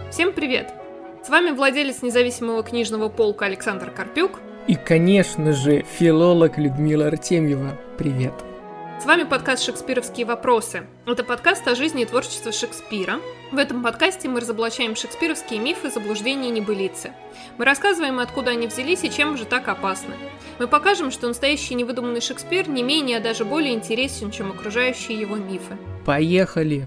Всем привет! С вами владелец независимого книжного полка Александр Карпюк. И, конечно же, филолог Людмила Артемьева. Привет! С вами подкаст «Шекспировские вопросы». Это подкаст о жизни и творчестве Шекспира. В этом подкасте мы разоблачаем шекспировские мифы, заблуждения и небылицы. Мы рассказываем, откуда они взялись и чем же так опасны. Мы покажем, что настоящий невыдуманный Шекспир не менее, а даже более интересен, чем окружающие его мифы. Поехали!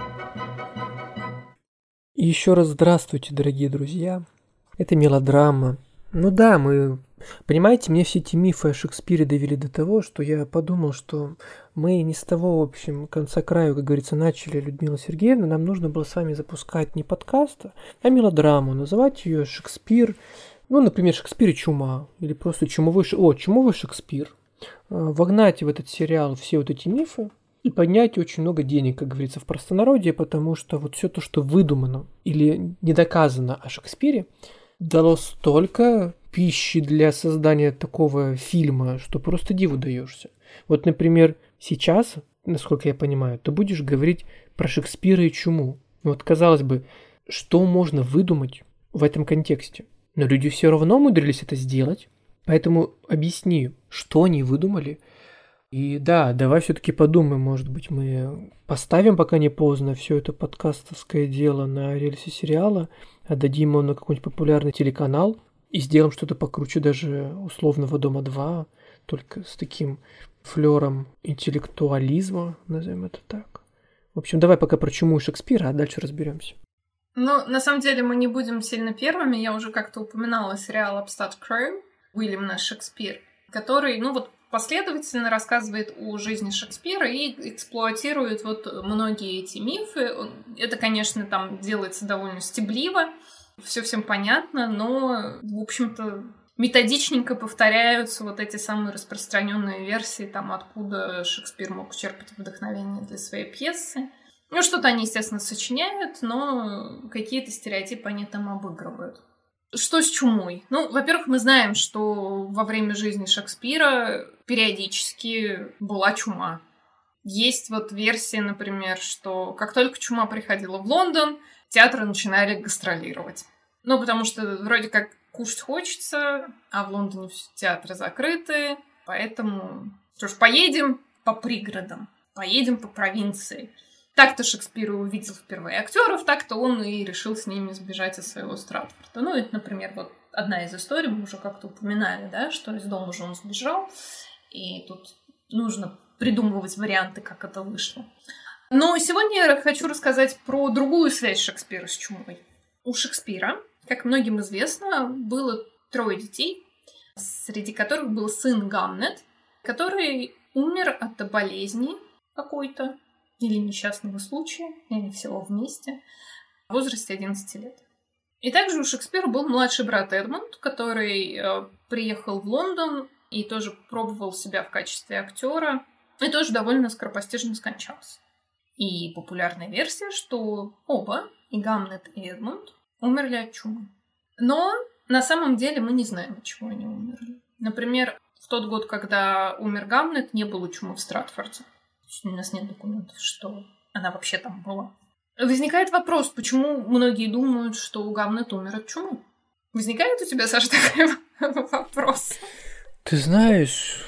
И еще раз здравствуйте, дорогие друзья. Это мелодрама. Ну да, понимаете, мне все эти мифы о Шекспире довели до того, что я подумал, что мы не с того, в общем, конца краю, как говорится, начали, Людмила Сергеевна. Нам нужно было с вами запускать не подкаст, а мелодраму, называть ее «Шекспир». Ну, например, «Шекспир и чума», или просто «Чумовой Шекспир». Вогнать в этот сериал все вот эти мифы и поднять очень много денег, как говорится, в простонародье, потому что вот все то, что выдумано или не доказано о Шекспире, дало столько пищи для создания такого фильма, что просто диву даешься. Вот, например, сейчас, насколько я понимаю, ты будешь говорить про Шекспира и чуму. Вот, казалось бы, что можно выдумать в этом контексте? Но люди все равно умудрились это сделать, поэтому объясни, что они выдумали. И да, давай все-таки подумаем, может быть, мы поставим, пока не поздно, все это подкастовское дело на рельсы сериала, отдадим его на какой-нибудь популярный телеканал и сделаем что-то покруче даже условного «Дома 2», только с таким флером интеллектуализма, назовем это так. В общем, давай пока про чуму и Шекспира, а дальше разберемся. Ну, на самом деле, мы не будем сильно первыми. Я уже как-то упоминала сериал «Upstart Crow», Уильям наш Шекспир, который, последовательно рассказывает о жизни Шекспира и эксплуатирует вот многие эти мифы. Это, конечно, там делается довольно стебливо, все всем понятно, но, в общем-то, методичненько повторяются вот эти самые распространенные версии, там, откуда Шекспир мог черпать вдохновение для своей пьесы. Ну, что-то они, естественно, сочиняют, но какие-то стереотипы они там обыгрывают. Что с чумой? Ну, во-первых, мы знаем, что во время жизни Шекспира периодически была чума. Есть вот версия, например, что как только чума приходила в Лондон, театры начинали гастролировать. Ну, потому что вроде как кушать хочется, а в Лондоне театры закрыты, поэтому что ж, поедем по пригородам, поедем по провинции. Так-то Шекспир увидел впервые актеров, так-то он и решил с ними сбежать из своего Стратфорда. Ну, это, например, вот одна из историй, мы уже как-то упоминали, да, что из дома же он сбежал, и тут нужно придумывать варианты, как это вышло. Но сегодня я хочу рассказать про другую связь Шекспира с чумой. У Шекспира, как многим известно, было 3 детей, среди которых был сын Гамлет, который умер от болезни какой-то, или несчастного случая, или всего вместе, в возрасте 11 лет. И также у Шекспира был младший брат Эдмунд, который приехал в Лондон и тоже пробовал себя в качестве актера, и тоже довольно скоропостижно скончался. И популярная версия, что оба, и Гамлет, и Эдмунд, умерли от чумы. Но на самом деле мы не знаем, от чего они умерли. Например, в тот год, когда умер Гамлет, не было чумы в Стратфорде. У нас нет документов, что она вообще там была. Возникает вопрос, почему многие думают, что Гамлет умер от чумы? Возникает у тебя, Саша, такой вопрос? Ты знаешь,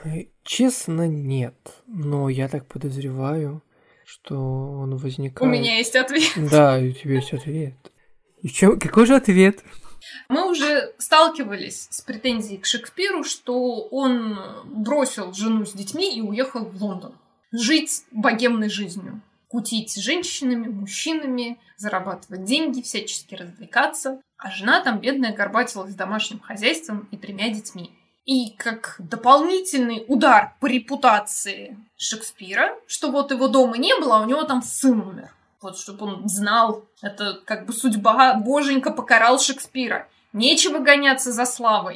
честно, нет. Но я так подозреваю, что он возникает... У меня есть ответ. Да, у тебя есть ответ. И какой же ответ? Мы уже сталкивались с претензией к Шекспиру, что он бросил жену с детьми и уехал в Лондон. Жить богемной жизнью. Кутить с женщинами, мужчинами, зарабатывать деньги, всячески развлекаться. А жена там, бедная, горбатилась домашним хозяйством и 3 детьми. И как дополнительный удар по репутации Шекспира, что вот его дома не было, а у него там сын умер. Вот, чтобы он знал, это как бы судьба, боженька покарал Шекспира. Нечего гоняться за славой.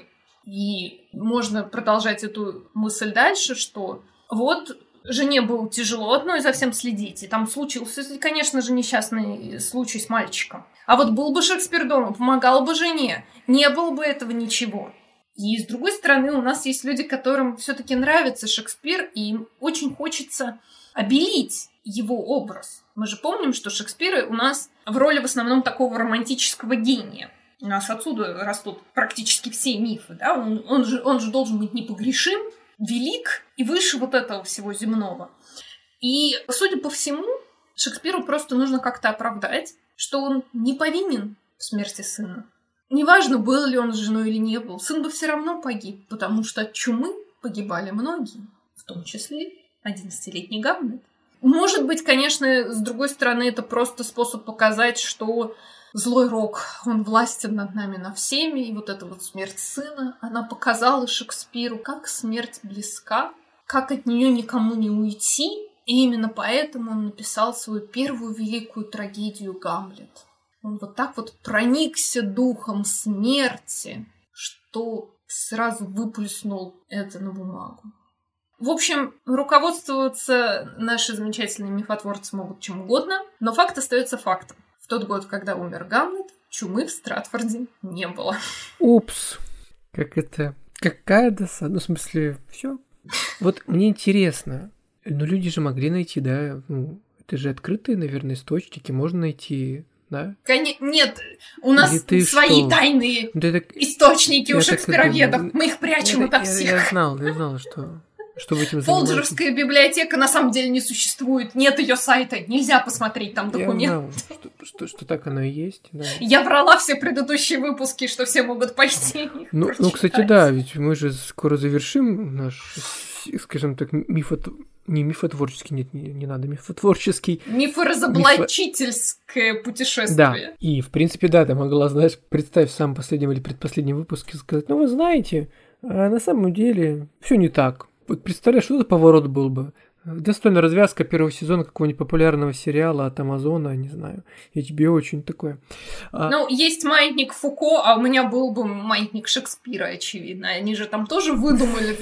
И можно продолжать эту мысль дальше, что вот... Жене было тяжело одной за всем следить, и там случился, конечно же, несчастный случай с мальчиком. А вот был бы Шекспир дома, помогал бы жене, не было бы этого ничего. И с другой стороны, у нас есть люди, которым все-таки нравится Шекспир, и им очень хочется обелить его образ. Мы же помним, что Шекспир у нас в роли в основном такого романтического гения. У нас отсюда растут практически все мифы, да? Он же должен быть непогрешим, велик и выше вот этого всего земного. И, судя по всему, Шекспиру просто нужно как-то оправдать, что он не повинен в смерти сына. Неважно, был ли он с женой или не был, сын бы все равно погиб, потому что от чумы погибали многие, в том числе 11-летний Гамлет. Может быть, конечно, с другой стороны, это просто способ показать, что злой рок, он властен над нами, над всеми, и вот эта вот смерть сына, она показала Шекспиру, как смерть близка, как от нее никому не уйти, и именно поэтому он написал свою первую великую трагедию «Гамлет». Он вот так вот проникся духом смерти, что сразу выплеснул это на бумагу. В общем, руководствоваться наши замечательные мифотворцы могут чем угодно, но факт остается фактом. В тот год, когда умер Гамлет, чумы в Стратфорде не было. Упс. Как это? Какая досада? Ну, в смысле, все. Вот мне интересно, но люди же могли найти, да? Ну, это же открытые, наверное, источники, можно найти, да? Нет, у нас свои что? тайные источники у шекспироведов. Мы их прячем ото всех. Я знал, что вы этим занимаетесь. Фолджерская библиотека на самом деле не существует. Нет ее сайта. Нельзя посмотреть там документы. Я знал, что так оно и есть. Да. Я брала все предыдущие выпуски, что все могут пойти. Ну, кстати, да, ведь мы же скоро завершим наш, скажем так, не мифотворческий, нет, не надо мифотворческий. Мифоразоблачительское путешествие. Да, и в принципе, да, ты могла, знаешь, представь в самом последнем или предпоследнем выпуске сказать, ну вы знаете, на самом деле все не так. Вот представляешь, что это поворот был бы? Достойная развязка первого сезона какого-нибудь популярного сериала от Амазона, не знаю. HBO очень такое. Ну, есть маятник Фуко, а у меня был бы маятник Шекспира, очевидно. Они же там тоже выдумали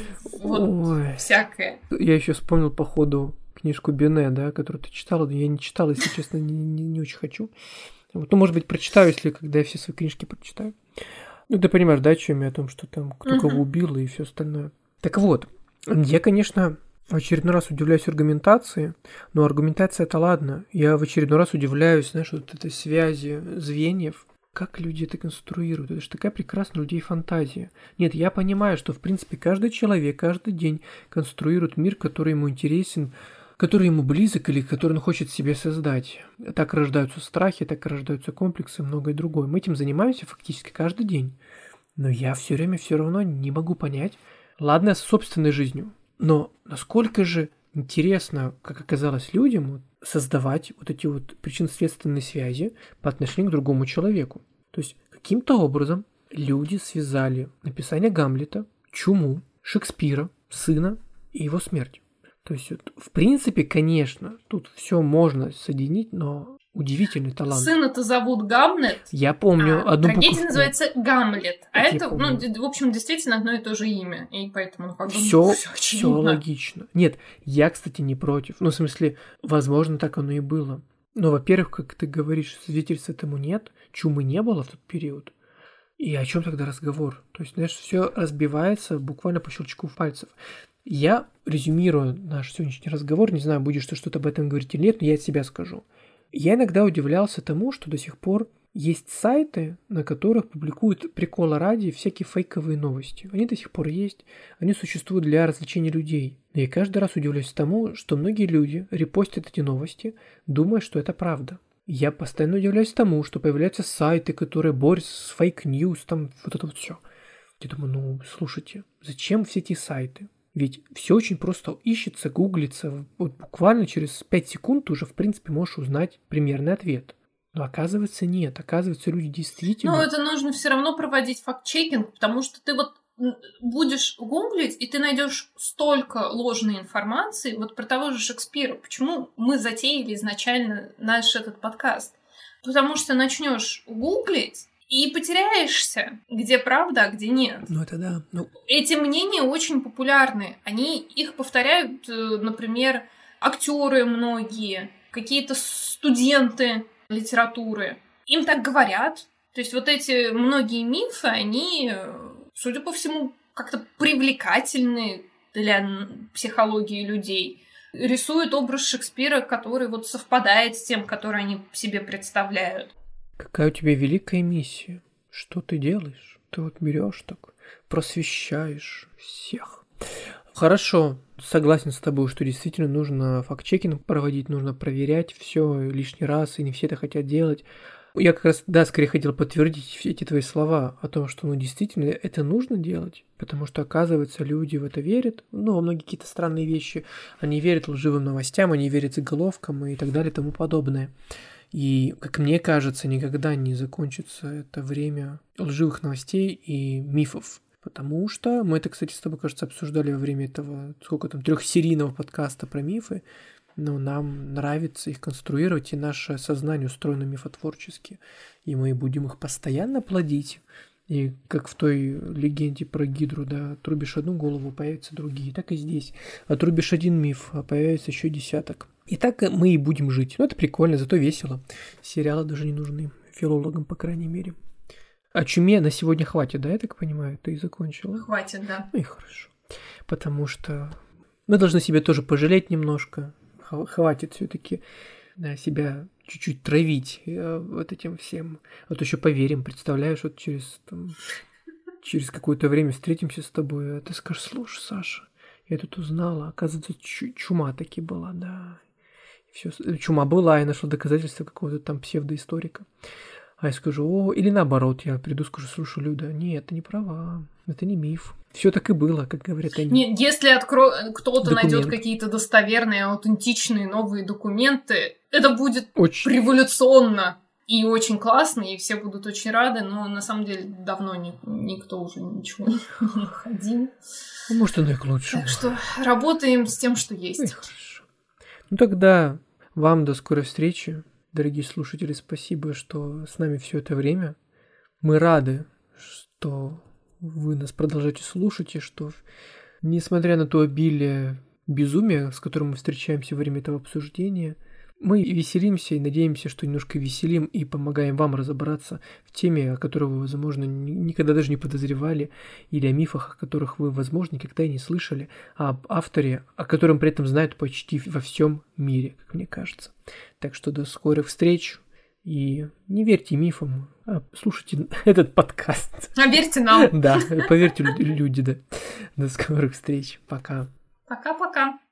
всякое. Я еще вспомнил по ходу книжку Бене, да, которую ты читала. Я не читал, если честно, не очень хочу. Вот, ну, может быть, прочитаю, если когда я все свои книжки прочитаю. Ну, ты понимаешь, да, о чем я? О том, что там кто кого убил и все остальное. Так вот, я, конечно, в очередной раз удивляюсь аргументации, но аргументация это ладно. Я в очередной раз удивляюсь, знаешь, вот этой связи звеньев. Как люди это конструируют? Это же такая прекрасная у людей фантазия. Нет, я понимаю, что, в принципе, каждый человек, каждый день конструирует мир, который ему интересен, который ему близок или который он хочет себе создать. Так рождаются страхи, так рождаются комплексы и многое другое. Мы этим занимаемся фактически каждый день. Но я все время все равно не могу понять, ладно, с собственной жизнью, но насколько же интересно, как оказалось людям, создавать вот эти вот причинно-следственные связи по отношению к другому человеку. То есть каким-то образом люди связали написание Гамлета, чуму, Шекспира, сына и его смерть. То есть, вот, в принципе, конечно, тут все можно соединить, но удивительный талант. Сына-то зовут Гамлет. Я помню одну трагедия буковку. Называется Гамлет. А это, ну, в общем, действительно одно и то же имя. И поэтому, ну, как бы, все очевидно. логично. Нет, я, кстати, не против. Ну, в смысле, возможно, так оно и было. Но, во-первых, как ты говоришь, свидетельств этому нет, чумы не было в тот период. И о чем тогда разговор? То есть, знаешь, все разбивается буквально по щелчку пальцев. Я резюмирую наш сегодняшний разговор, не знаю, будешь ты что-то об этом говорить или нет, но я от себя скажу. Я иногда удивлялся тому, что до сих пор есть сайты, на которых публикуют прикола ради всякие фейковые новости. Они до сих пор есть, они существуют для развлечения людей. Но я каждый раз удивляюсь тому, что многие люди репостят эти новости, думая, что это правда. Я постоянно удивляюсь тому, что появляются сайты, которые борются с фейк-ньюс, там вот это вот все. Я думаю, ну, слушайте, зачем все эти сайты? Ведь все очень просто ищется, гуглится. Вот буквально через 5 секунд ты уже, в принципе, можешь узнать примерный ответ. Но оказывается, нет. Оказывается, люди действительно... Ну, это нужно все равно проводить факт-чекинг, потому что ты вот будешь гуглить, и ты найдешь столько ложной информации вот про того же Шекспира. Почему мы затеяли изначально наш этот подкаст? Потому что начнешь гуглить, и потеряешься, где правда, а где нет. Ну, это да. Эти мнения очень популярны. Их повторяют, например, актеры многие, какие-то студенты литературы. Им так говорят. То есть вот эти многие мифы, они, судя по всему, как-то привлекательны для психологии людей. рисуют образ Шекспира, который вот совпадает с тем, который они себе представляют. Какая у тебя великая миссия? Что ты делаешь? Ты вот берешь так, просвещаешь всех. Хорошо, согласен с тобой, что действительно нужно факт-чекинг проводить, нужно проверять все лишний раз, и не все это хотят делать. Я как раз, да, скорее хотел подтвердить все эти твои слова о том, что, действительно это нужно делать, потому что, оказывается, люди в это верят, во многие какие-то странные вещи, они верят лживым новостям, они верят заголовкам и так далее и тому подобное. И, как мне кажется, никогда не закончится это время лживых новостей и мифов. Потому что мы это, кстати, с тобой, кажется, обсуждали во время этого, 3-серийного подкаста про мифы. Но нам нравится их конструировать, и наше сознание устроено мифотворчески. И мы будем их постоянно плодить. И как в той легенде про Гидру, да, отрубишь одну голову, появятся другие. Так и здесь. Отрубишь один миф, а появится еще десяток. И так мы и будем жить. Это прикольно, зато весело. Сериалы даже не нужны. Филологам, по крайней мере. О чуме на сегодня хватит, да, я так понимаю? Ты закончила? Хватит, да. И хорошо. Потому что мы должны себя тоже пожалеть немножко. Хватит все-таки себя чуть-чуть травить вот этим всем. Вот еще поверим, представляешь, вот через какое-то время встретимся с тобой, а ты скажешь: слушай, Саша, я тут узнала, оказывается, чума таки была, да. Все, чума была, я нашла доказательства какого-то там псевдоисторика. А я скажу: или наоборот, я приду, скажу: слушай, Люда, нет, ты не права, это не миф. Все так и было, как говорят они. Нет, если кто-то найдет какие-то достоверные, аутентичные новые документы, это будет очень революционно и очень классно, и все будут очень рады, но на самом деле давно никто уже ничего не находил. Может, оно и к лучшему. Так что работаем с тем, что есть. Хорошо. Тогда вам до скорой встречи. Дорогие слушатели, спасибо, что с нами все это время. Мы рады, что вы нас продолжаете слушать, и что, несмотря на то обилие безумия, с которым мы встречаемся во время этого обсуждения, мы веселимся и надеемся, что немножко веселим и помогаем вам разобраться в теме, о которой вы, возможно, никогда даже не подозревали, или о мифах, о которых вы, возможно, никогда и не слышали, а об авторе, о котором при этом знают почти во всем мире, как мне кажется. Так что до скорых встреч, и не верьте мифам, а слушайте этот подкаст. А верьте нам. Да, поверьте, люди, да. До скорых встреч. Пока. Пока-пока.